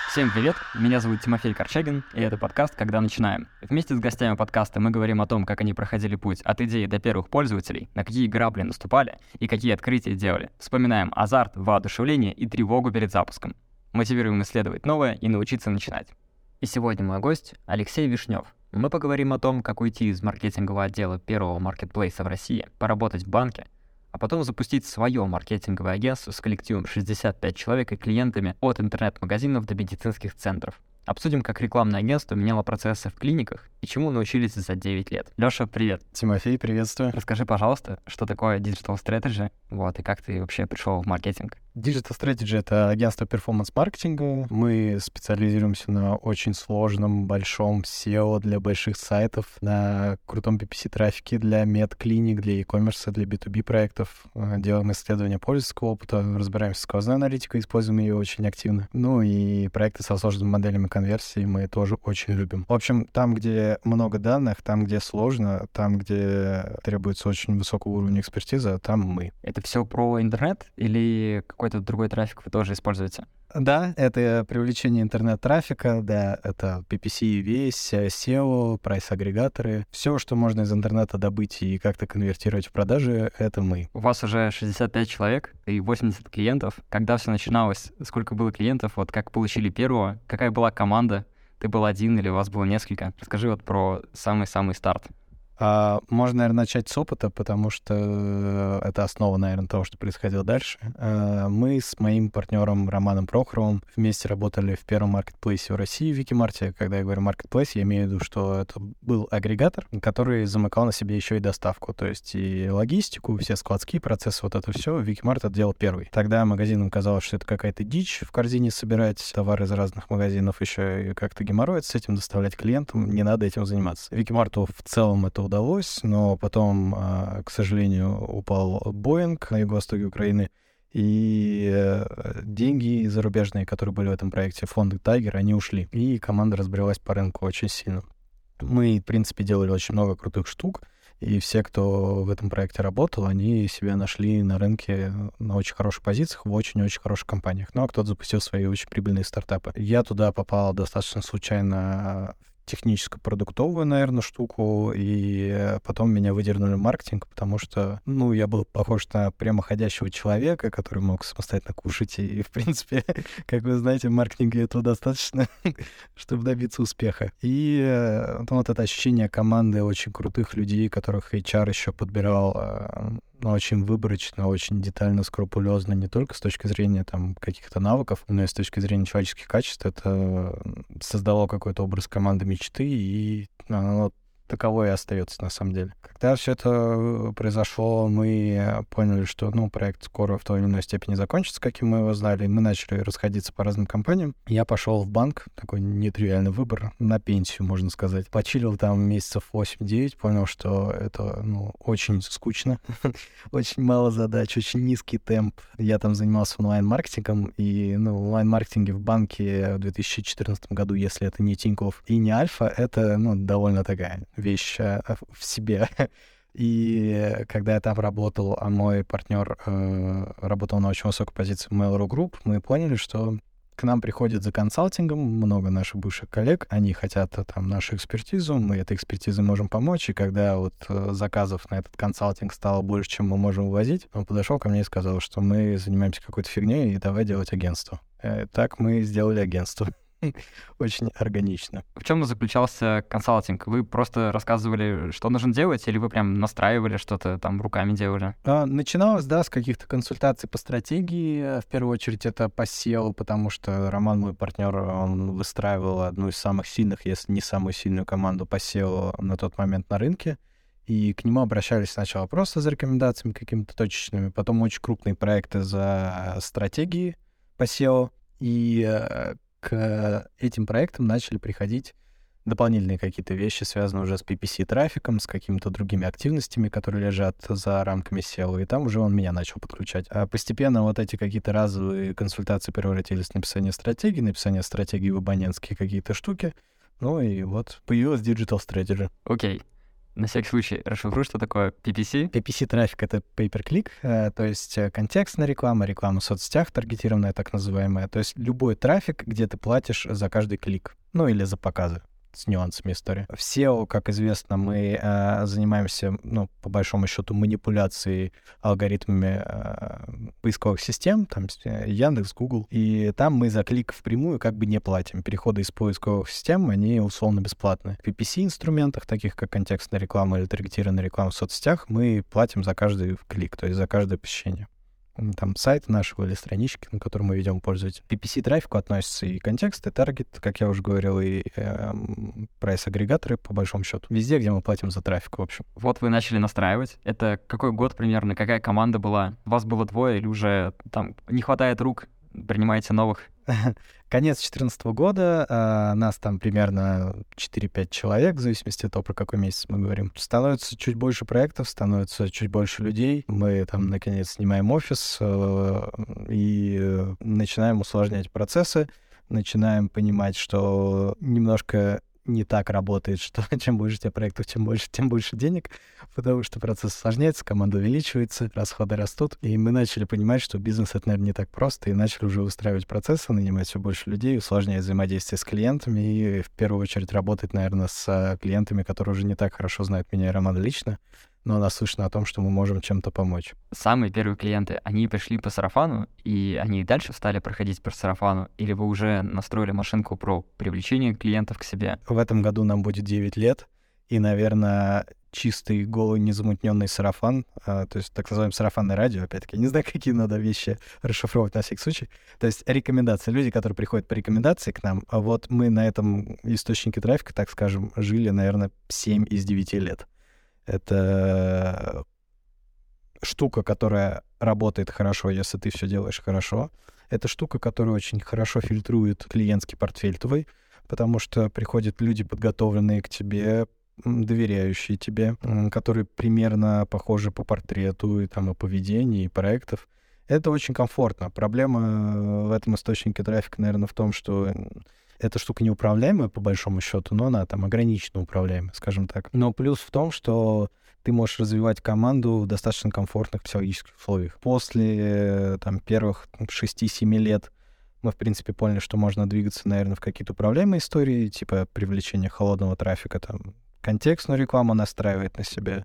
Всем привет, меня зовут Тимофей Корчагин, и это подкаст «Когда начинаем». Вместе с гостями подкаста мы говорим о том, как они проходили путь от идеи до первых пользователей, на какие грабли наступали и какие открытия делали. Вспоминаем азарт, воодушевление и тревогу перед запуском. Мотивируем исследовать новое и научиться начинать. И сегодня мой гость Алексей Вишнев. Мы поговорим о том, как уйти из маркетингового отдела первого маркетплейса в России, поработать в банке, а потом запустить свое маркетинговое агентство с коллективом 65 человек и клиентами от интернет-магазинов до медицинских центров. Обсудим, как рекламное агентство меняло процессы в клиниках и чему научились за 9 лет. Лёша, привет. Тимофей, приветствую. Расскажи, пожалуйста, что такое Digital Strategy, и как ты вообще пришел в маркетинг? Digital Strategy — это агентство перформанс-маркетинга. Мы специализируемся на очень сложном, большом SEO для больших сайтов, на крутом PPC-трафике для медклиник, для e-commerce, для B2B проектов. Делаем исследования пользовательского опыта, разбираемся с сквозной аналитикой, используем ее очень активно. Ну и проекты со сложными моделями конверсии мы тоже очень любим. В общем, там, где много данных, там, где сложно, там, где требуется очень высокого уровня экспертизы, там мы. Это все про интернет или какой-то другой трафик вы тоже используете? Да, это привлечение интернет-трафика, да, это PPC весь, SEO, прайс-агрегаторы. Все, что можно из интернета добыть и как-то конвертировать в продажи, это мы. У вас уже 65 человек и 80 клиентов. Когда все начиналось? Сколько было клиентов? Как получили первого? Какая была команда? Ты был один или у вас было несколько? Расскажи про самый-самый старт. Можно, наверное, начать с опыта, потому что это основа, наверное, того, что происходило дальше. Мы с моим партнером Романом Прохоровым вместе работали в первом маркетплейсе в России, в Викимарте. Когда я говорю маркетплейс, я имею в виду, что это был агрегатор, который замыкал на себе еще и доставку, то есть и логистику, все складские процессы, это все. Викимарт это делал первый. Тогда магазинам казалось, что это какая-то дичь в корзине собирать товары из разных магазинов, еще и как-то геморроить с этим, доставлять клиентам, не надо этим заниматься. Викимарту в целом это удалось, но потом, к сожалению, упал Боинг на юго-востоке Украины, и деньги зарубежные, которые были в этом проекте, фонды Tiger, они ушли, и команда разбрелась по рынку очень сильно. Мы, в принципе, делали очень много крутых штук, и все, кто в этом проекте работал, они себя нашли на рынке на очень хороших позициях, в очень-очень хороших компаниях. Ну, а кто-то запустил свои очень прибыльные стартапы. Я туда попал достаточно случайно в техническую продуктовую, наверное, штуку, и потом меня выдернули в маркетинг, потому что, я был похож на прямоходящего человека, который мог самостоятельно кушать, и в принципе, как вы знаете, в маркетинге этого достаточно, чтобы добиться успеха. И это ощущение команды очень крутых людей, которых HR еще подбирал очень выборочно, очень детально, скрупулезно, не только с точки зрения каких-то навыков, но и с точки зрения человеческих качеств. Это создало какой-то образ команды мечты, и оно таково и остается на самом деле. Когда все это произошло, мы поняли, что проект скоро в той или иной степени закончится, каким мы его знали, и мы начали расходиться по разным компаниям. Я пошел в банк, такой нетривиальный выбор, на пенсию, можно сказать. Почилил там месяцев 8-9, понял, что это очень скучно, очень мало задач, очень низкий темп. Я там занимался онлайн-маркетингом, и в онлайн-маркетинге в банке в 2014 году, если это не Тинькофф и не Альфа, это довольно такая вещь в себе. И когда я там работал, а мой партнер работал на очень высокой позиции в Mail.ru Group, мы поняли, что к нам приходят за консалтингом много наших бывших коллег, они хотят нашу экспертизу, мы этой экспертизой можем помочь, и когда заказов на этот консалтинг стало больше, чем мы можем вывозить, он подошел ко мне и сказал, что мы занимаемся какой-то фигней, и давай делать агентство. Так мы сделали агентство. Очень органично. В чем заключался консалтинг? Вы просто рассказывали, что нужно делать, или вы прям настраивали что-то руками делали? Начиналось, с каких-то консультаций по стратегии. В первую очередь это по SEO, потому что Роман, мой партнер, он выстраивал одну из самых сильных, если не самую сильную команду по SEO на тот момент на рынке. И к нему обращались сначала просто за рекомендациями какими-то точечными, потом очень крупные проекты за стратегии по SEO. И к этим проектам начали приходить дополнительные какие-то вещи, связанные уже с PPC-трафиком, с какими-то другими активностями, которые лежат за рамками SEO, и там уже он меня начал подключать. А постепенно эти какие-то разовые консультации превратились в написание стратегии в абонентские какие-то штуки, и появилась Digital Strategy. Окей. На всякий случай, расшифруй, что такое PPC. PPC-трафик — это pay-per-click, то есть контекстная реклама, реклама в соцсетях таргетированная, так называемая. То есть любой трафик, где ты платишь за каждый клик, ну или за показы. С нюансами истории. В SEO, как известно, мы занимаемся, ну, по большому счету, манипуляцией алгоритмами поисковых систем, там Яндекс, Google, и там мы за клик впрямую как бы не платим. Переходы из поисковых систем, они условно бесплатны. В PPC-инструментах, таких как контекстная реклама или таргетированная реклама в соцсетях, мы платим за каждый клик, то есть за каждое посещение. Там сайта нашего или странички, на которой мы ведем пользователя. PPC-трафику относятся и контекст, и таргет, как я уже говорил, и прайс-агрегаторы, по большому счету. Везде, где мы платим за трафик, в общем. Вот вы начали настраивать. Это какой год примерно? Какая команда была? Вас было двое или уже там не хватает рук? Принимаете новых? Конец 2014 года, нас там примерно 4-5 человек, в зависимости от того, про какой месяц мы говорим. Становится чуть больше проектов, становится чуть больше людей. Мы там, наконец, снимаем офис и начинаем усложнять процессы, начинаем понимать, что немножко не так работает, что чем больше у тебя проектов, тем больше денег, потому что процесс усложняется, команда увеличивается, расходы растут, и мы начали понимать, что бизнес — это, наверное, не так просто, и начали уже выстраивать процессы, нанимать все больше людей, усложнять взаимодействие с клиентами, и в первую очередь работать, наверное, с клиентами, которые уже не так хорошо знают меня и Романа лично, но наслышаны о том, что мы можем чем-то помочь. Самые первые клиенты, они пришли по сарафану, и они и дальше стали проходить по сарафану, или вы уже настроили машинку про привлечение клиентов к себе? В этом году нам будет 9 лет, и, наверное, чистый, голый, незамутненный сарафан, то есть так называемое сарафанное радио, опять-таки, не знаю, какие надо вещи расшифровывать на всякий случай. То есть рекомендации, люди, которые приходят по рекомендации к нам, а вот мы на этом источнике трафика, так скажем, жили, наверное, 7 из 9 лет. Это штука, которая работает хорошо, если ты все делаешь хорошо. Это штука, которая очень хорошо фильтрует клиентский портфель твой, потому что приходят люди, подготовленные к тебе, доверяющие тебе, которые примерно похожи по портрету и там и поведению, и проектов. Это очень комфортно. Проблема в этом источнике трафика, наверное, в том, что эта штука неуправляемая, по большому счету, но она там ограниченно управляемая, скажем так. Но плюс в том, что ты можешь развивать команду в достаточно комфортных психологических условиях. После там первых 6-7 лет мы, в принципе, поняли, что можно двигаться, наверное, в какие-то управляемые истории, типа привлечения холодного трафика, там, контекстную рекламу настраивать на себя,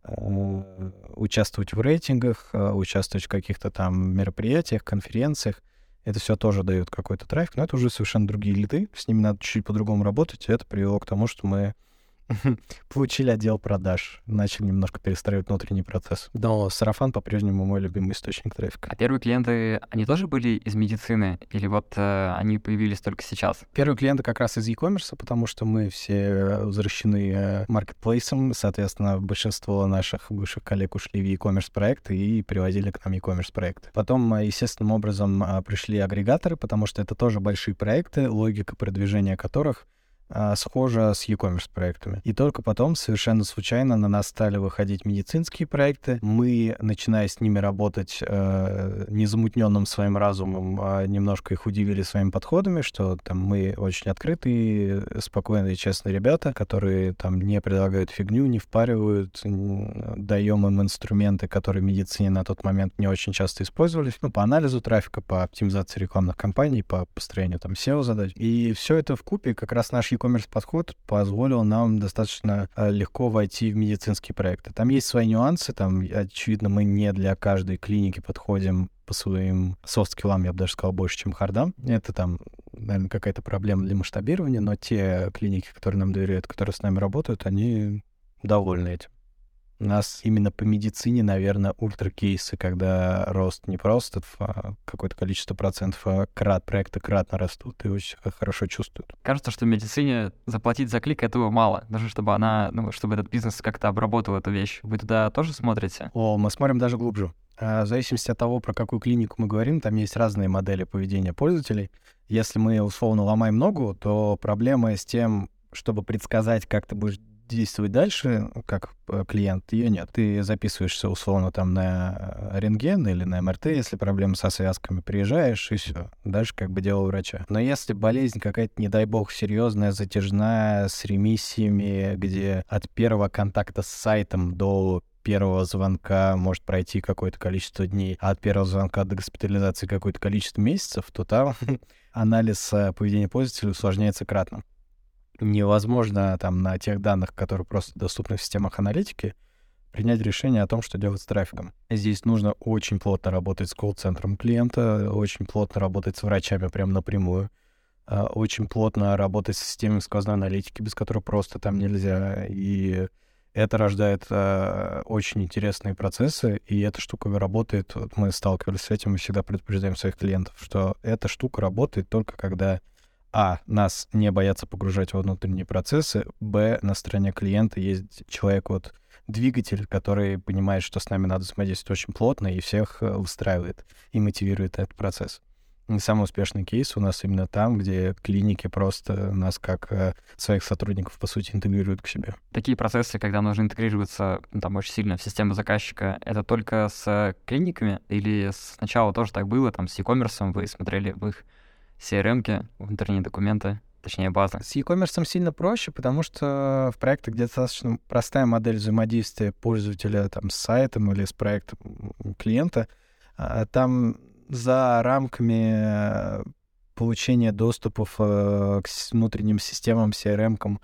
участвовать в рейтингах, участвовать в каких-то там мероприятиях, конференциях. Это все тоже дает какой-то трафик, но это уже совершенно другие лиды, с ними надо чуть-чуть по-другому работать, и это привело к тому, что мы получили отдел продаж, начали немножко перестраивать внутренний процесс. Но сарафан по-прежнему мой любимый источник трафика. А первые клиенты, они тоже были из медицины? Или вот они появились только сейчас? Первые клиенты как раз из e-commerce, потому что мы все возвращены маркетплейсом, соответственно, большинство наших бывших коллег ушли в e-commerce проекты и привозили к нам e-commerce проекты. Потом, естественным образом, пришли агрегаторы, потому что это тоже большие проекты, логика продвижения которых схожа с e-commerce проектами. И только потом, совершенно случайно, на нас стали выходить медицинские проекты. Мы, начиная с ними работать незамутненным своим разумом, немножко их удивили своими подходами, что там мы очень открытые, спокойные, честные ребята, которые там не предлагают фигню, не впаривают, даем им инструменты, которые в медицине на тот момент не очень часто использовались, ну, по анализу трафика, по оптимизации рекламных кампаний, по построению там SEO-задач. И все это вкупе как раз наш e-commerce подход позволил нам достаточно легко войти в медицинские проекты. Там есть свои нюансы, там, очевидно, мы не для каждой клиники подходим по своим софт-скиллам, я бы даже сказал, больше, чем хардам. Это там, наверное, какая-то проблема для масштабирования, но те клиники, которые нам доверяют, которые с нами работают, они довольны этим. У нас именно по медицине, наверное, ультракейсы, когда рост не просто в какое-то количество процентов, а проекты кратно растут и очень хорошо чувствуют. Кажется, что в медицине заплатить за клик этого мало. Даже чтобы чтобы этот бизнес как-то обработал эту вещь. Вы туда тоже смотрите? Мы смотрим даже глубже. В зависимости от того, про какую клинику мы говорим, там есть разные модели поведения пользователей. Если мы условно ломаем ногу, то проблема с тем, чтобы предсказать, как ты будешь действовать дальше, как клиент, ее нет. Ты записываешься условно там на рентген или на МРТ, если проблемы со связками, приезжаешь, и все. Дальше как бы дело врача. Но если болезнь какая-то, не дай бог, серьезная, затяжная, с ремиссиями, где от первого контакта с сайтом до первого звонка может пройти какое-то количество дней, а от первого звонка до госпитализации какое-то количество месяцев, то там анализ поведения пользователя усложняется кратно. Невозможно там на тех данных, которые просто доступны в системах аналитики, принять решение о том, что делать с трафиком. Здесь нужно очень плотно работать с колл-центром клиента, очень плотно работать с врачами прямо напрямую, очень плотно работать с системой сквозной аналитики, без которой просто там нельзя. И это рождает очень интересные процессы, и эта штука работает. Вот мы сталкивались с этим, мы всегда предупреждаем своих клиентов, что эта штука работает только когда нас не боятся погружать во внутренние процессы, на стороне клиента есть человек, двигатель, который понимает, что с нами надо взаимодействовать очень плотно и всех выстраивает и мотивирует этот процесс. И самый успешный кейс у нас именно там, где клиники просто нас как своих сотрудников, по сути, интегрируют к себе. Такие процессы, когда нужно интегрироваться там очень сильно в систему заказчика, это только с клиниками или сначала тоже так было, там с e-commerce вы смотрели в их CRM-ки, внутренние документы, точнее базы? С e-commerce сильно проще, потому что в проектах, где достаточно простая модель взаимодействия пользователя там, с сайтом или с проектом клиента, там за рамками получения доступов к внутренним системам, CRM-кам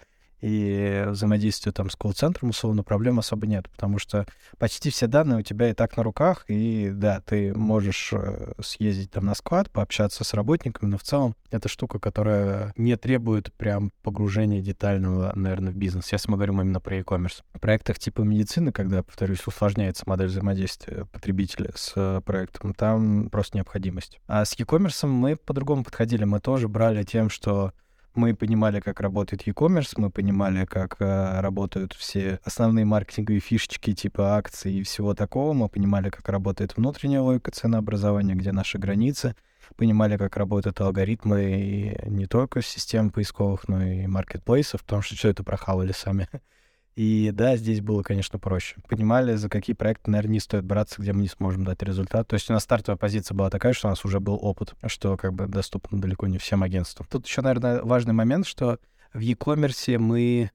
и взаимодействию там с колл-центром, условно, проблем особо нет, потому что почти все данные у тебя и так на руках, и да, ты можешь съездить там на склад, пообщаться с работниками, но в целом это штука, которая не требует прям погружения детального, наверное, в бизнес, если мы говорим именно про e-commerce. В проектах типа медицины, когда, повторюсь, усложняется модель взаимодействия потребителя с проектом, там просто необходимость. А с e-commerce мы по-другому подходили, мы тоже брали тем, что мы понимали, как работает e-commerce, мы понимали, как работают все основные маркетинговые фишечки типа акций и всего такого. Мы понимали, как работает внутренняя логика ценообразования, где наши границы. Понимали, как работают алгоритмы и не только систем поисковых, но и маркетплейсов, потому что все это прохавали сами. И да, здесь было, конечно, проще. Понимали, за какие проекты, наверное, не стоит браться, где мы не сможем дать результат. То есть у нас стартовая позиция была такая, что у нас уже был опыт, что как бы доступно далеко не всем агентствам. Тут еще, наверное, важный момент, что в e-commerce мы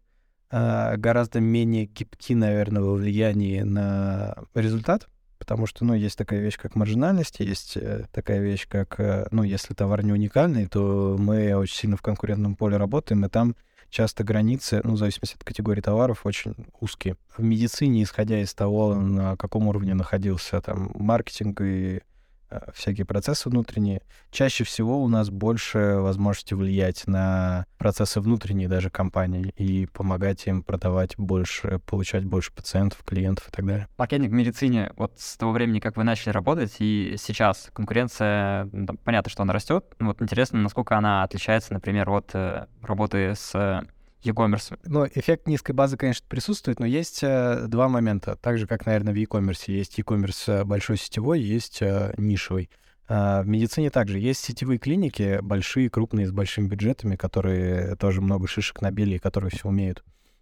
гораздо менее гибки, наверное, во влиянии на результат, потому что, есть такая вещь, как маржинальность, есть такая вещь, как, если товар не уникальный, то мы очень сильно в конкурентном поле работаем, и там часто границы, в зависимости от категории товаров, очень узкие. В медицине, исходя из того, на каком уровне находился там маркетинг и всякие процессы внутренние, чаще всего у нас больше возможности влиять на процессы внутренние даже компаний и помогать им продавать больше, получать больше пациентов, клиентов и так далее. Маркетинг в медицине, с того времени, как вы начали работать, и сейчас конкуренция, понятно, что она растет, интересно, насколько она отличается, например, от работы с e-commerce. Эффект низкой базы, конечно, присутствует, но есть два момента. Так же, как, наверное, в e-commerce. Есть e-commerce большой сетевой, есть нишевый. В медицине также есть сетевые клиники, большие, крупные, с большими бюджетами, которые тоже много шишек набили и которые все умеют.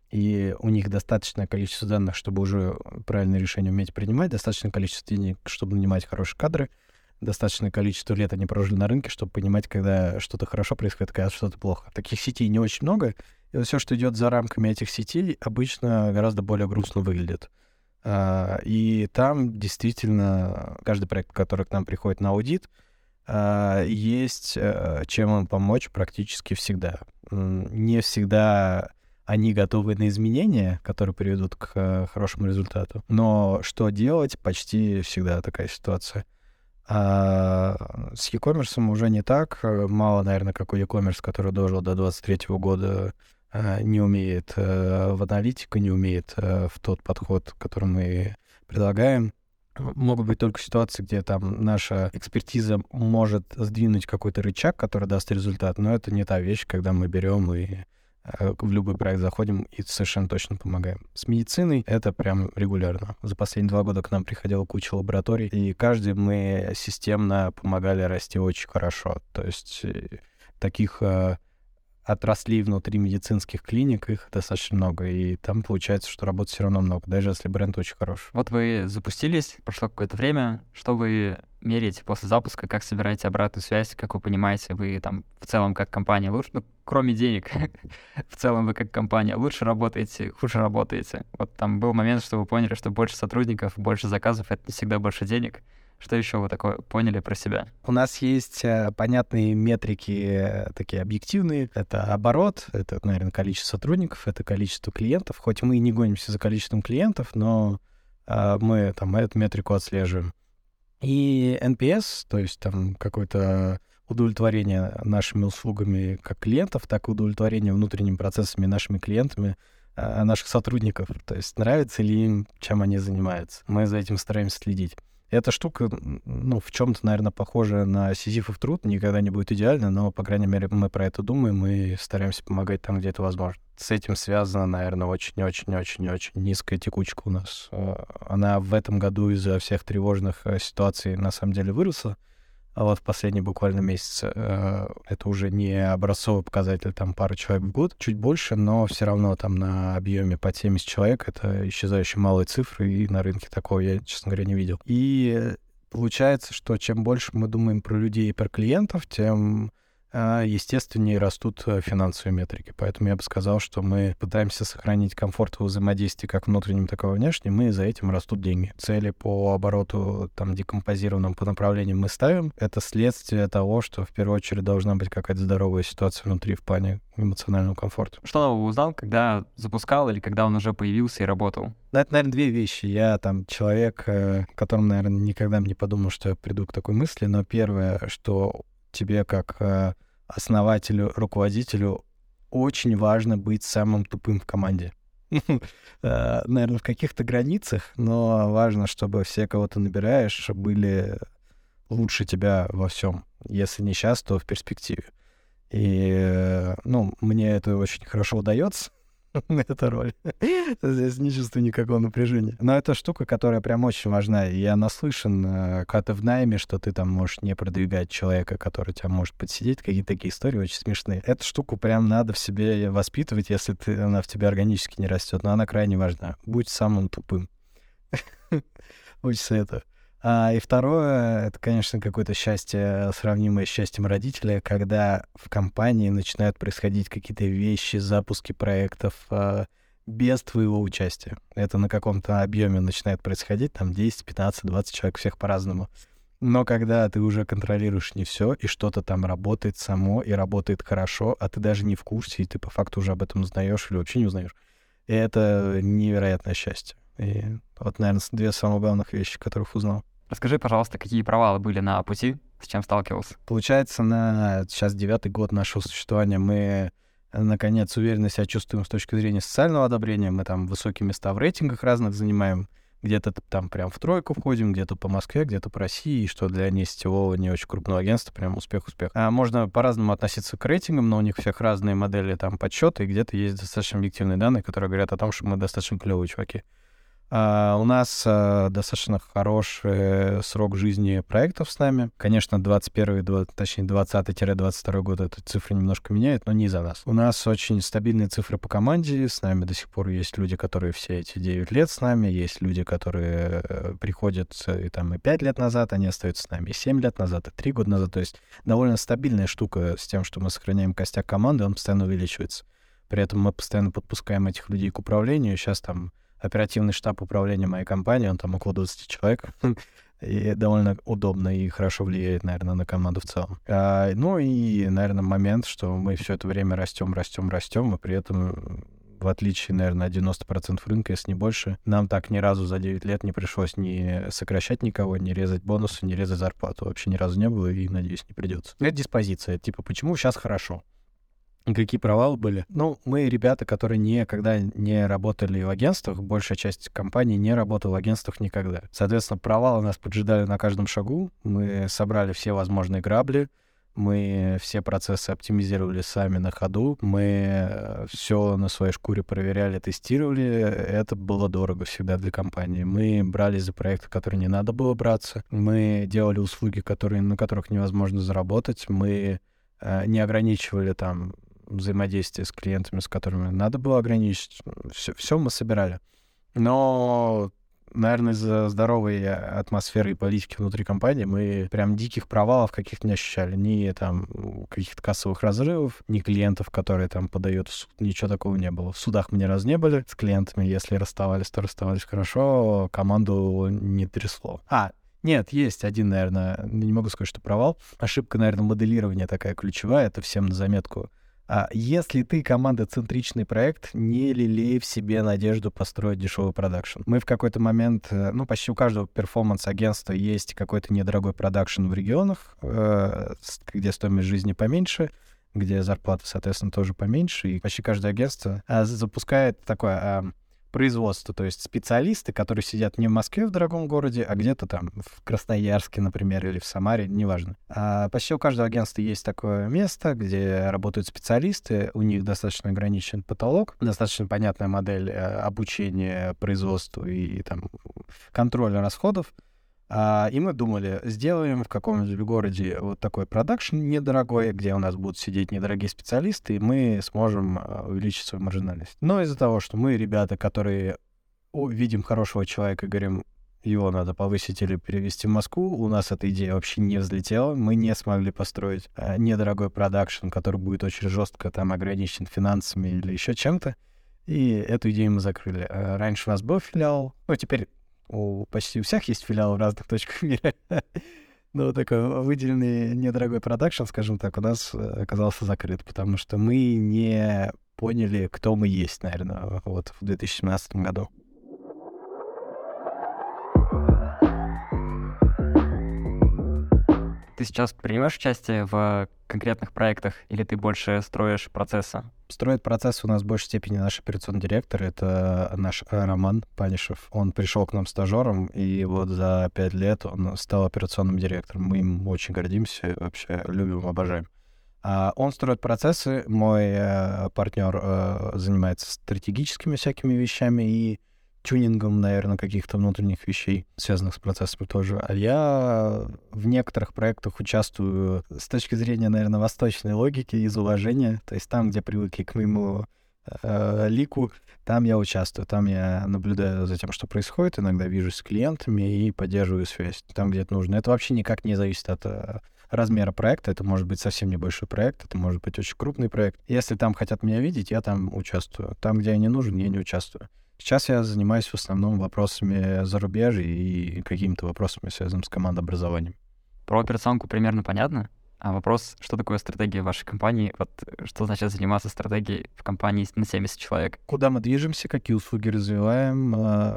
И у них достаточное количество данных, чтобы уже правильное решение уметь принимать, достаточное количество денег, чтобы нанимать хорошие кадры, достаточное количество лет они прожили на рынке, чтобы понимать, когда что-то хорошо происходит, когда что-то плохо. Таких сетей не очень много, и все, что идет за рамками этих сетей, обычно гораздо более грустно выглядит. И там действительно каждый проект, который к нам приходит на аудит, есть чем им помочь практически всегда. Не всегда они готовы на изменения, которые приведут к хорошему результату. Но что делать, почти всегда такая ситуация. А с e-commerce уже не так. Мало, наверное, какой e-commerce, который дожил до 2023 года, не умеет в аналитику, не умеет в тот подход, который мы предлагаем. Могут быть только ситуации, где там наша экспертиза может сдвинуть какой-то рычаг, который даст результат, но это не та вещь, когда мы берем и в любой проект заходим и совершенно точно помогаем. С медициной это прям регулярно. За последние 2 года к нам приходила куча лабораторий, и каждый мы системно помогали расти очень хорошо. То есть таких отраслей внутри медицинских клиник, их достаточно много, и там получается, что работы все равно много, даже если бренд очень хороший. Вот вы запустились, прошло какое-то время, что вы меряете после запуска, как собираете обратную связь, как вы понимаете, вы там в целом как компания лучше, ну, кроме денег, в целом вы как компания лучше работаете, хуже работаете. Вот там был момент, что вы поняли, что больше сотрудников, больше заказов — это не всегда больше денег. Что еще вы такое поняли про себя? У нас есть понятные метрики, такие объективные. Это оборот, это, наверное, количество сотрудников, это количество клиентов. Хоть мы и не гонимся за количеством клиентов, но мы там эту метрику отслеживаем. И NPS, то есть там какое-то удовлетворение нашими услугами как клиентов, так и удовлетворение внутренними процессами нашими клиентами, наших сотрудников. То есть нравится ли им, чем они занимаются. Мы за этим стараемся следить. Эта штука, ну, в чем-то, наверное, похожа на сизифов труд, никогда не будет идеально, но, по крайней мере, мы про это думаем и стараемся помогать там, где это возможно. С этим связана, наверное, очень-очень-очень-очень низкая текучка у нас. Она в этом году из-за всех тревожных ситуаций на самом деле выросла. А вот в последний буквально месяц это уже не образцовый показатель, там пару человек в год, чуть больше, но все равно там на объеме под 70 человек это исчезающе малые цифры, и на рынке такого я, честно говоря, не видел. И получается, что чем больше мы думаем про людей и про клиентов, тем естественнее растут финансовые метрики. Поэтому я бы сказал, что мы пытаемся сохранить комфорт во взаимодействии как внутреннем, так и внешнем, и за этим растут деньги. Цели по обороту, там, декомпозированным по направлениям мы ставим. Это следствие того, что в первую очередь должна быть какая-то здоровая ситуация внутри в плане эмоционального комфорта. Что нового узнал, когда запускал или когда он уже появился и работал? Ну, это, наверное, две вещи. Я там человек, которым, наверное, никогда не подумал, что я приду к такой мысли, но первое, что тебе как основателю, руководителю очень важно быть самым тупым в команде. Наверное, в каких-то границах, но важно, чтобы все, кого ты набираешь, были лучше тебя во всем. Если не сейчас, то в перспективе. И, ну, мне это очень хорошо удается. Эта роль. Здесь не чувствую никакого напряжения. Но это штука, которая прям очень важна. И я наслышан, когда ты в найме, что ты там можешь не продвигать человека, который тебя может подсидеть. Какие-то такие истории очень смешные. Эту штуку прям надо в себе воспитывать, если она в тебе органически не растет. Но она крайне важна. Будь самым тупым. Очень советую. И второе, это, конечно, какое-то счастье, сравнимое с счастьем родителя, когда в компании начинают происходить какие-то вещи, запуски проектов без твоего участия. Это на каком-то объеме начинает происходить, там 10, 15, 20 человек, всех по-разному. Но когда ты уже контролируешь не все, и что-то там работает само, и работает хорошо, а ты даже не в курсе, и ты по факту уже об этом узнаешь или вообще не узнаешь, и это невероятное счастье. И вот, наверное, две самых главных вещи, которых узнал. Расскажи, пожалуйста, какие провалы были на пути, с чем сталкивался? Получается, на сейчас 9-й год нашего существования мы, наконец, уверенно себя чувствуем с точки зрения социального одобрения. Мы там высокие места в рейтингах разных занимаем. Где-то там прям в тройку входим, где-то по Москве, где-то по России, и что для несетевого, не очень крупного агентства прям успех-успех. Можно по-разному относиться к рейтингам, но у них всех разные модели там подсчета, и где-то есть достаточно объективные данные, которые говорят о том, что мы достаточно клевые чуваки. У нас достаточно хороший срок жизни проектов с нами. Конечно, 20-22 год эти цифры немножко меняют, но не из-за нас. У нас очень стабильные цифры по команде. С нами до сих пор есть люди, которые все эти 9 лет с нами. Есть люди, которые приходят и 5 лет назад, они остаются с нами и 7 лет назад, и 3 года назад. То есть довольно стабильная штука с тем, что мы сохраняем костяк команды, он постоянно увеличивается. При этом мы постоянно подпускаем этих людей к управлению. Сейчас там оперативный штаб управления моей компании, он там около 20 человек, и довольно удобно и хорошо влияет, наверное, на команду в целом. Ну и, наверное, момент, что мы все это время растем, и при этом, в отличие, наверное, от 90% рынка, если не больше, нам так ни разу за 9 лет не пришлось ни сокращать никого, ни резать бонусы, ни резать зарплату. Вообще ни разу не было, и, надеюсь, не придется. Это диспозиция, типа, почему сейчас хорошо? Какие провалы были? Ну, мы ребята, которые никогда не работали в агентствах, большая часть компаний не работала в агентствах никогда. Соответственно, провалы нас поджидали на каждом шагу. Мы собрали все возможные грабли, мы все процессы оптимизировали сами на ходу, мы все на своей шкуре проверяли, тестировали. Это было дорого всегда для компании. Мы брали за проекты, которые не надо было браться. Мы делали услуги, на которых невозможно заработать. Мы не ограничивали там взаимодействие с клиентами, с которыми надо было ограничить. Все мы собирали. Но, наверное, из-за здоровой атмосферы и политики внутри компании мы прям диких провалов каких-то не ощущали. Ни там каких-то кассовых разрывов, ни клиентов, которые там подают в суд. Ничего такого не было. В судах мы ни разу не были с клиентами. Если расставались, то расставались хорошо. Команду не трясло. Нет, есть один, наверное, не могу сказать, что провал. Ошибка, наверное, моделирования такая ключевая, это всем на заметку. Если ты командоцентричный проект, не лелей в себе надежду построить дешевый продакшн. Мы в какой-то момент, почти у каждого перформанс-агентства есть какой-то недорогой продакшн в регионах, где стоимость жизни поменьше, где зарплата, соответственно, тоже поменьше, и почти каждое агентство запускает такое производство, то есть специалисты, которые сидят не в Москве, в дорогом городе, а где-то там в Красноярске, например, или в Самаре, неважно. Почти у каждого агентства есть такое место, где работают специалисты, у них достаточно ограничен потолок, достаточно понятная модель обучения, производству и там контроля расходов. И мы думали, сделаем в каком-нибудь городе вот такой продакшн недорогой, где у нас будут сидеть недорогие специалисты, и мы сможем увеличить свою маржинальность. Но из-за того, что мы ребята, которые видим хорошего человека и говорим, его надо повысить или перевести в Москву, у нас эта идея вообще не взлетела, мы не смогли построить недорогой продакшн, который будет очень жестко там ограничен финансами или еще чем-то, и эту идею мы закрыли. Раньше у нас был филиал, теперь почти у всех есть филиалы в разных точках мира. Но такой выделенный недорогой продакшн, скажем так, у нас оказался закрыт, потому что мы не поняли, кто мы есть, наверное, в 2017 году. Ты сейчас принимаешь участие в конкретных проектах или ты больше строишь процессы? Строит процесс у нас в большей степени наш операционный директор. Это наш Роман Панишев. Он пришел к нам стажером, и вот за 5 лет он стал операционным директором. Мы им очень гордимся, вообще любим, обожаем. Он строит процессы. Мой партнер занимается стратегическими всякими вещами и тюнингом, наверное, каких-то внутренних вещей, связанных с процессами тоже. А я в некоторых проектах участвую с точки зрения, наверное, восточной логики, из уважения. То есть там, где привыкли к моему лику, там я участвую. Там я наблюдаю за тем, что происходит. Иногда вижусь с клиентами и поддерживаю связь там, где это нужно. Это вообще никак не зависит от размера проекта. Это может быть совсем небольшой проект, это может быть очень крупный проект. Если там хотят меня видеть, я там участвую. Там, где я не нужен, я не участвую. Сейчас я занимаюсь в основном вопросами зарубежья и какими-то вопросами, связанными с командообразованием. Про операционку примерно понятно. А вопрос, что такое стратегия вашей компании? Вот что значит заниматься стратегией в компании на 70 человек? Куда мы движемся, какие услуги развиваем,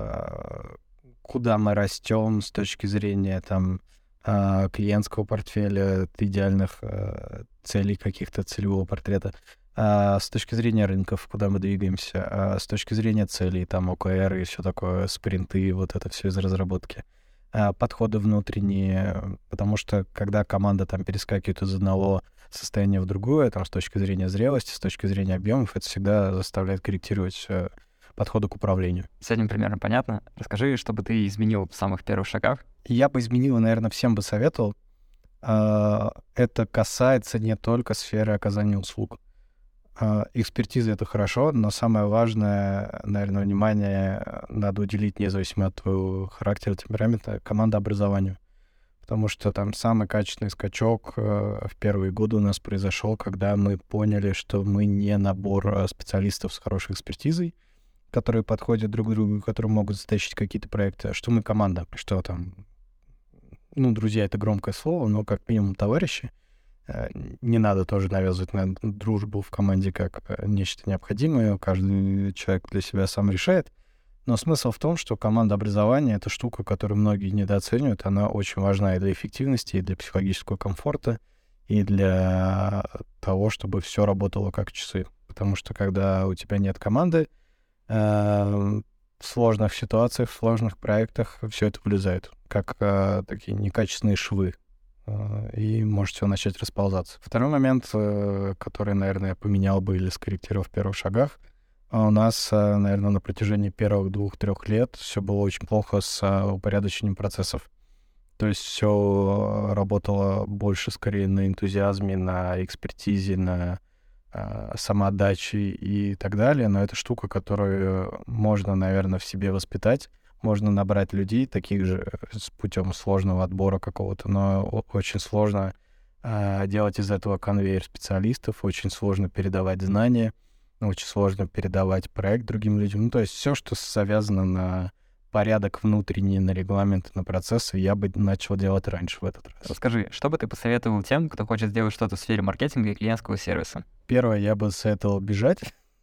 куда мы растем с точки зрения там клиентского портфеля, идеальных целей каких-то, целевого портрета. С точки зрения рынков, куда мы двигаемся, с точки зрения целей, там, ОКР и все такое, спринты, вот это все из разработки. Подходы внутренние, потому что когда команда там перескакивает из одного состояния в другое, там, с точки зрения зрелости, с точки зрения объемов, это всегда заставляет корректировать подходы к управлению. С этим примерно понятно. Расскажи, что бы ты изменил в самых первых шагах. Я бы изменил, и, наверное, всем бы советовал. Это касается не только сферы оказания услуг. Экспертиза — это хорошо, но самое важное, наверное, внимание надо уделить, независимо от твоего характера, темперамента, командообразованию. Потому что там самый качественный скачок в первые годы у нас произошел, когда мы поняли, что мы не набор специалистов с хорошей экспертизой, которые подходят друг к другу, которые могут затащить какие-то проекты, а что мы команда, что там, друзья — это громкое слово, но как минимум товарищи. Не надо тоже навязывать на дружбу в команде как нечто необходимое. Каждый человек для себя сам решает. Но смысл в том, что командообразование — это штука, которую многие недооценивают. Она очень важна и для эффективности, и для психологического комфорта, и для того, чтобы все работало как часы. Потому что когда у тебя нет команды, в сложных ситуациях, в сложных проектах все это влезает, как такие некачественные швы. И может все начать расползаться. Второй момент, который, наверное, я поменял бы или скорректировал в первых шагах, у нас, наверное, на протяжении первых 2-3 лет все было очень плохо с упорядочением процессов. То есть все работало больше скорее на энтузиазме, на экспертизе, на самоотдачи и так далее, но это штука, которую можно, наверное, в себе воспитать. Можно набрать людей, таких же с путем сложного отбора какого-то, но очень сложно делать из этого конвейер специалистов, очень сложно передавать знания, очень сложно передавать проект другим людям. Ну, то есть все, что завязано на порядок внутренний, на регламенты, на процессы, я бы начал делать раньше в этот раз. Расскажи, что бы ты посоветовал тем, кто хочет сделать что-то в сфере маркетинга и клиентского сервиса? Первое, я бы советовал бежать,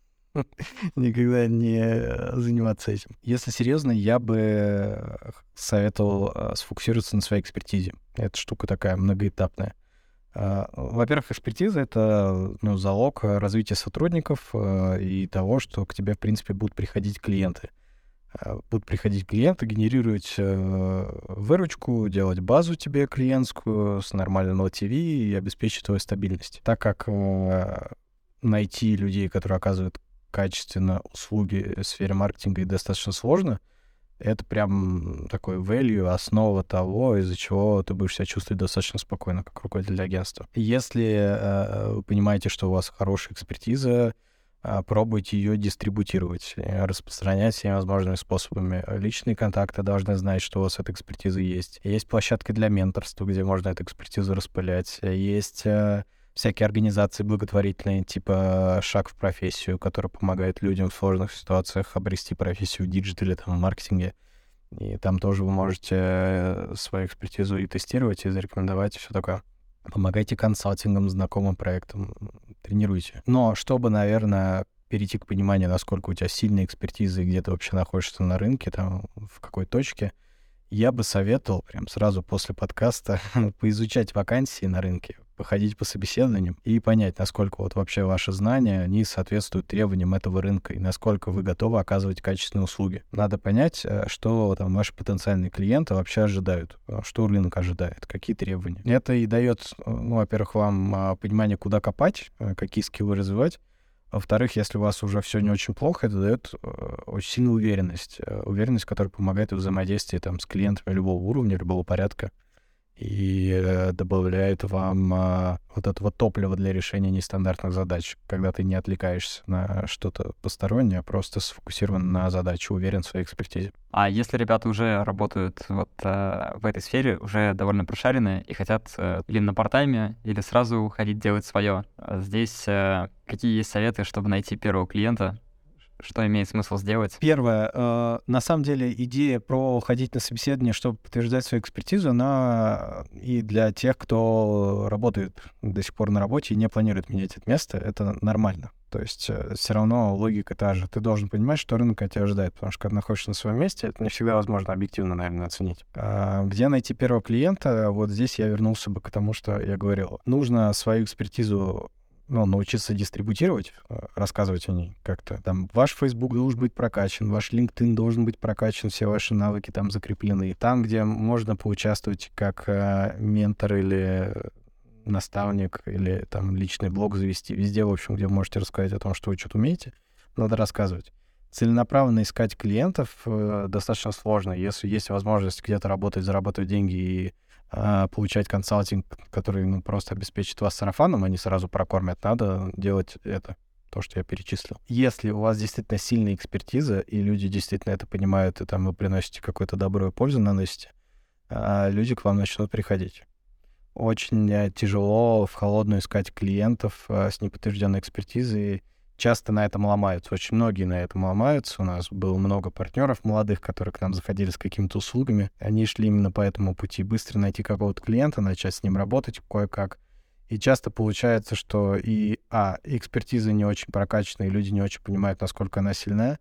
никогда не заниматься этим. Если серьезно, я бы советовал сфокусироваться на своей экспертизе. Эта штука такая многоэтапная. Во-первых, экспертиза — это залог развития сотрудников и того, что к тебе, в принципе, будут приходить клиенты. Будут приходить клиенты, генерировать выручку, делать базу тебе клиентскую с нормального LTV и обеспечить твою стабильность. Так как найти людей, которые оказывают качественно услуги в сфере маркетинга, и достаточно сложно, это прям такой value, основа того, из-за чего ты будешь себя чувствовать достаточно спокойно, как руководитель агентства. Если вы понимаете, что у вас хорошая экспертиза, пробуйте ее дистрибутировать, распространять всеми возможными способами. Личные контакты должны знать, что у вас эта экспертиза есть. Есть площадка для менторства, где можно эту экспертизу распылять. Есть всякие организации благотворительные, типа «Шаг в профессию», которые помогают людям в сложных ситуациях обрести профессию в диджитале, там, в маркетинге. И там тоже вы можете свою экспертизу и тестировать, и зарекомендовать, и все такое. Помогайте консалтингам, знакомым проектам, тренируйте. Но чтобы, наверное, перейти к пониманию, насколько у тебя сильная экспертиза и где ты вообще находишься на рынке, там, в какой точке, я бы советовал прям сразу после подкаста поизучать вакансии на рынке, походить по собеседованиям и понять, насколько вот вообще ваши знания, они соответствуют требованиям этого рынка и насколько вы готовы оказывать качественные услуги. Надо понять, что там ваши потенциальные клиенты вообще ожидают, что рынок ожидает, какие требования. Это и дает, во-первых, вам понимание, куда копать, какие скиллы развивать. Во-вторых, если у вас уже все не очень плохо, это дает очень сильную уверенность. Уверенность, которая помогает в взаимодействии там, с клиентами любого уровня, любого порядка. И добавляет вам вот этого топлива для решения нестандартных задач, когда ты не отвлекаешься на что-то постороннее, а просто сфокусирован на задаче, уверен в своей экспертизе. А если ребята уже работают вот в этой сфере, уже довольно прошаренные и хотят или на парт-тайме, или сразу уходить делать свое, здесь какие есть советы, чтобы найти первого клиента? Что имеет смысл сделать? Первое. На самом деле идея про ходить на собеседование, чтобы подтверждать свою экспертизу, она и для тех, кто работает до сих пор на работе и не планирует менять это место, это нормально. То есть все равно логика та же. Ты должен понимать, что рынок от тебя ожидает, потому что когда находишься на своем месте, это не всегда возможно объективно, наверное, оценить. Где найти первого клиента? Вот здесь я вернулся бы к тому, что я говорил. Нужно свою экспертизу научиться дистрибутировать, рассказывать о ней как-то. Там ваш Facebook должен быть прокачан, ваш LinkedIn должен быть прокачан, все ваши навыки там закреплены. Там, где можно поучаствовать как ментор или наставник, или там личный блог завести, везде, в общем, где вы можете рассказать о том, что вы что-то умеете, надо рассказывать. Целенаправленно искать клиентов достаточно сложно. Если есть возможность где-то работать, зарабатывать деньги и получать консалтинг, который просто обеспечит вас сарафаном, они сразу прокормят, надо делать это, то, что я перечислил. Если у вас действительно сильная экспертиза, и люди действительно это понимают, и там вы приносите какое-то добро и пользу наносите, люди к вам начнут приходить. Очень тяжело в холодную искать клиентов с неподтвержденной экспертизой. Часто на этом ломаются. Очень многие на этом ломаются. У нас было много партнеров молодых, которые к нам заходили с какими-то услугами. Они шли именно по этому пути. Быстро найти какого-то клиента, начать с ним работать кое-как. И часто получается, что экспертиза не очень прокачана, и люди не очень понимают, насколько она сильна.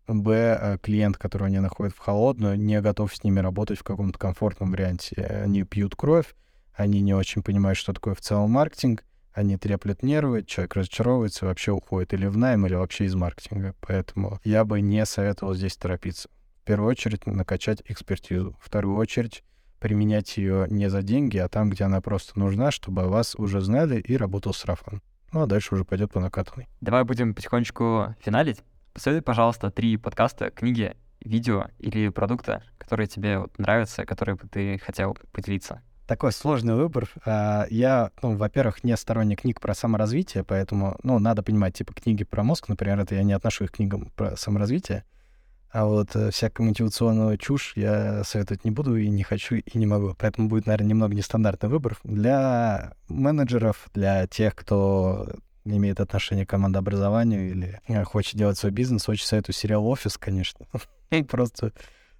Клиент, которого они находят в холодную, не готов с ними работать в каком-то комфортном варианте. Они пьют кровь, они не очень понимают, что такое в целом маркетинг. Они треплют нервы, человек разочаровывается, вообще уходит или в найм, или вообще из маркетинга. Поэтому я бы не советовал здесь торопиться. В первую очередь накачать экспертизу. В вторую очередь применять ее не за деньги, а там, где она просто нужна, чтобы вас уже знали и работал сарафан. А дальше уже пойдет по накатанной. Давай будем потихонечку финалить. Посоветуй, пожалуйста, 3 подкаста, книги, видео или продукта, которые тебе нравятся, которые бы ты хотел поделиться. Такой сложный выбор. Я, во-первых, не сторонник книг про саморазвитие, поэтому, надо понимать, типа, книги про мозг, например, это я не отношу их к книгам про саморазвитие, а вот всякую мотивационную чушь я советовать не буду и не хочу, и не могу. Поэтому будет, наверное, немного нестандартный выбор. Для менеджеров, для тех, кто имеет отношение к командообразованию или хочет делать свой бизнес, очень советую сериал «Офис», конечно. Просто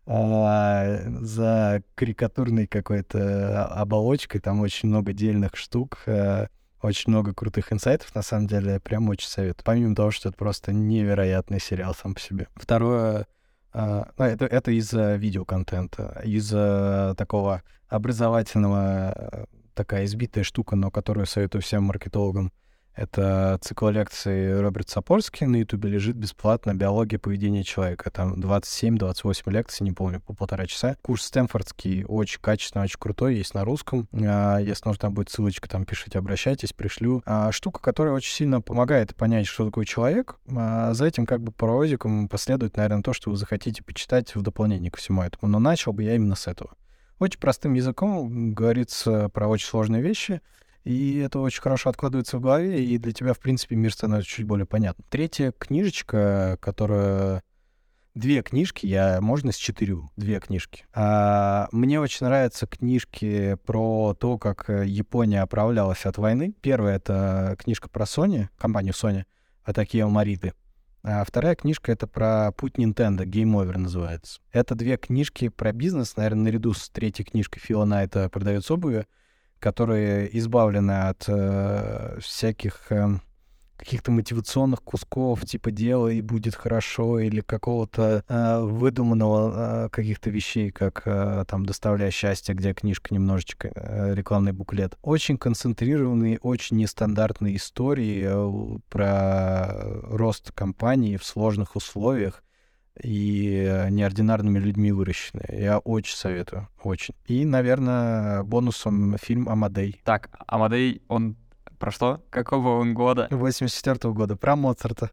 за карикатурной какой-то оболочкой там очень много дельных штук, очень много крутых инсайтов, на самом деле, прям очень советую. Помимо того, что это просто невероятный сериал сам по себе. Второе, это из видеоконтента, из такого образовательного, такая избитая штука, но которую советую всем маркетологам. Это цикл лекций Роберт Сапольский, на Ютубе лежит бесплатно «Биология поведения человека». Там 27-28 лекций, не помню, по 1,5 часа. Курс стэнфордский, очень качественный, очень крутой, есть на русском. Если нужна будет ссылочка, там пишите, обращайтесь, пришлю. Штука, которая очень сильно помогает понять, что такое человек. За этим как бы паровозиком последует, наверное, то, что вы захотите почитать в дополнение ко всему этому. Но начал бы я именно с этого. Очень простым языком говорится про очень сложные вещи, и это очень хорошо откладывается в голове, и для тебя, в принципе, мир становится чуть более понятным. Третья книжечка, которая... 2 книжки, можно с 4, 2 книжки. Мне очень нравятся книжки про то, как Япония оправлялась от войны. Первая — это книжка про Sony, компанию Sony, «Атаки Алмариты». А вторая книжка — это про путь Nintendo, Game Over называется. Это 2 книжки про бизнес, наверное, наряду с 3-й книжкой Фила Найта «Продавец обуви», которые избавлены от всяких каких-то мотивационных кусков, типа «делай, и будет хорошо», или какого-то выдуманного каких-то вещей, как там «Доставляя счастье», где книжка немножечко рекламный буклет. Очень концентрированные, очень нестандартные истории про рост компании в сложных условиях и неординарными людьми выращенные. Я очень советую, очень. И, наверное, бонусом фильм «Амадей». Так, «Амадей», он про что? Какого он года? 84-го года. Про Моцарта.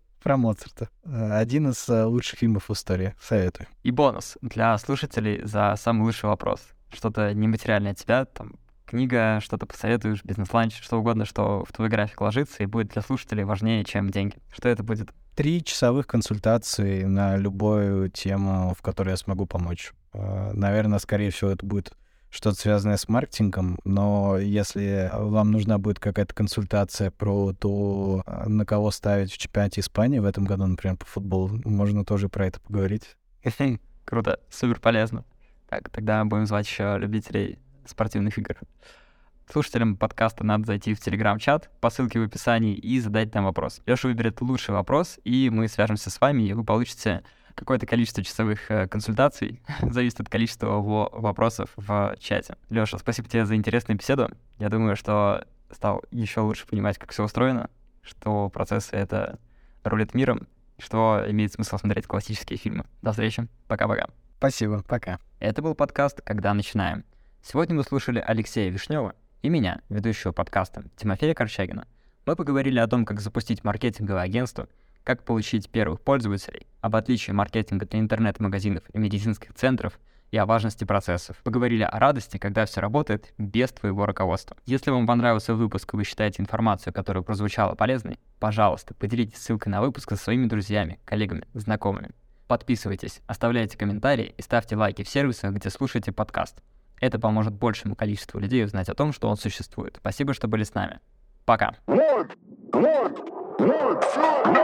Один из лучших фильмов в истории. Советую. И бонус для слушателей за самый лучший вопрос. Что-то нематериальное от тебя, там, книга, что-то посоветуешь, бизнес-ланч, что угодно, что в твой график ложится и будет для слушателей важнее, чем деньги. Что это будет? 3 часовых консультации на любую тему, в которой я смогу помочь. Наверное, скорее всего, это будет что-то связанное с маркетингом, но если вам нужна будет какая-то консультация про то, на кого ставить в чемпионате Испании в этом году, например, по футболу, можно тоже про это поговорить. Круто, супер полезно. Так, тогда будем звать еще любителей спортивных игр. Слушателям подкаста надо зайти в Telegram-чат по ссылке в описании и задать там вопрос. Лёша выберет лучший вопрос, и мы свяжемся с вами, и вы получите какое-то количество часовых консультаций. Зависит от количества его вопросов в чате. Лёша, спасибо тебе за интересную беседу. Я думаю, что стал еще лучше понимать, как все устроено, что процессы — это рулит миром, что имеет смысл смотреть классические фильмы. До встречи. Пока-пока. Спасибо. Пока. Это был подкаст «Когда начинаем». Сегодня вы слушали Алексея Вишнева и меня, ведущего подкаста, Тимофея Корчагина. Мы поговорили о том, как запустить маркетинговое агентство, как получить первых пользователей, об отличии маркетинга для интернет-магазинов и медицинских центров и о важности процессов. Поговорили о радости, когда все работает без твоего руководства. Если вам понравился выпуск и вы считаете информацию, которая прозвучала, полезной, пожалуйста, поделитесь ссылкой на выпуск со своими друзьями, коллегами, знакомыми. Подписывайтесь, оставляйте комментарии и ставьте лайки в сервисах, где слушаете подкаст. Это поможет большему количеству людей узнать о том, что он существует. Спасибо, что были с нами. Пока.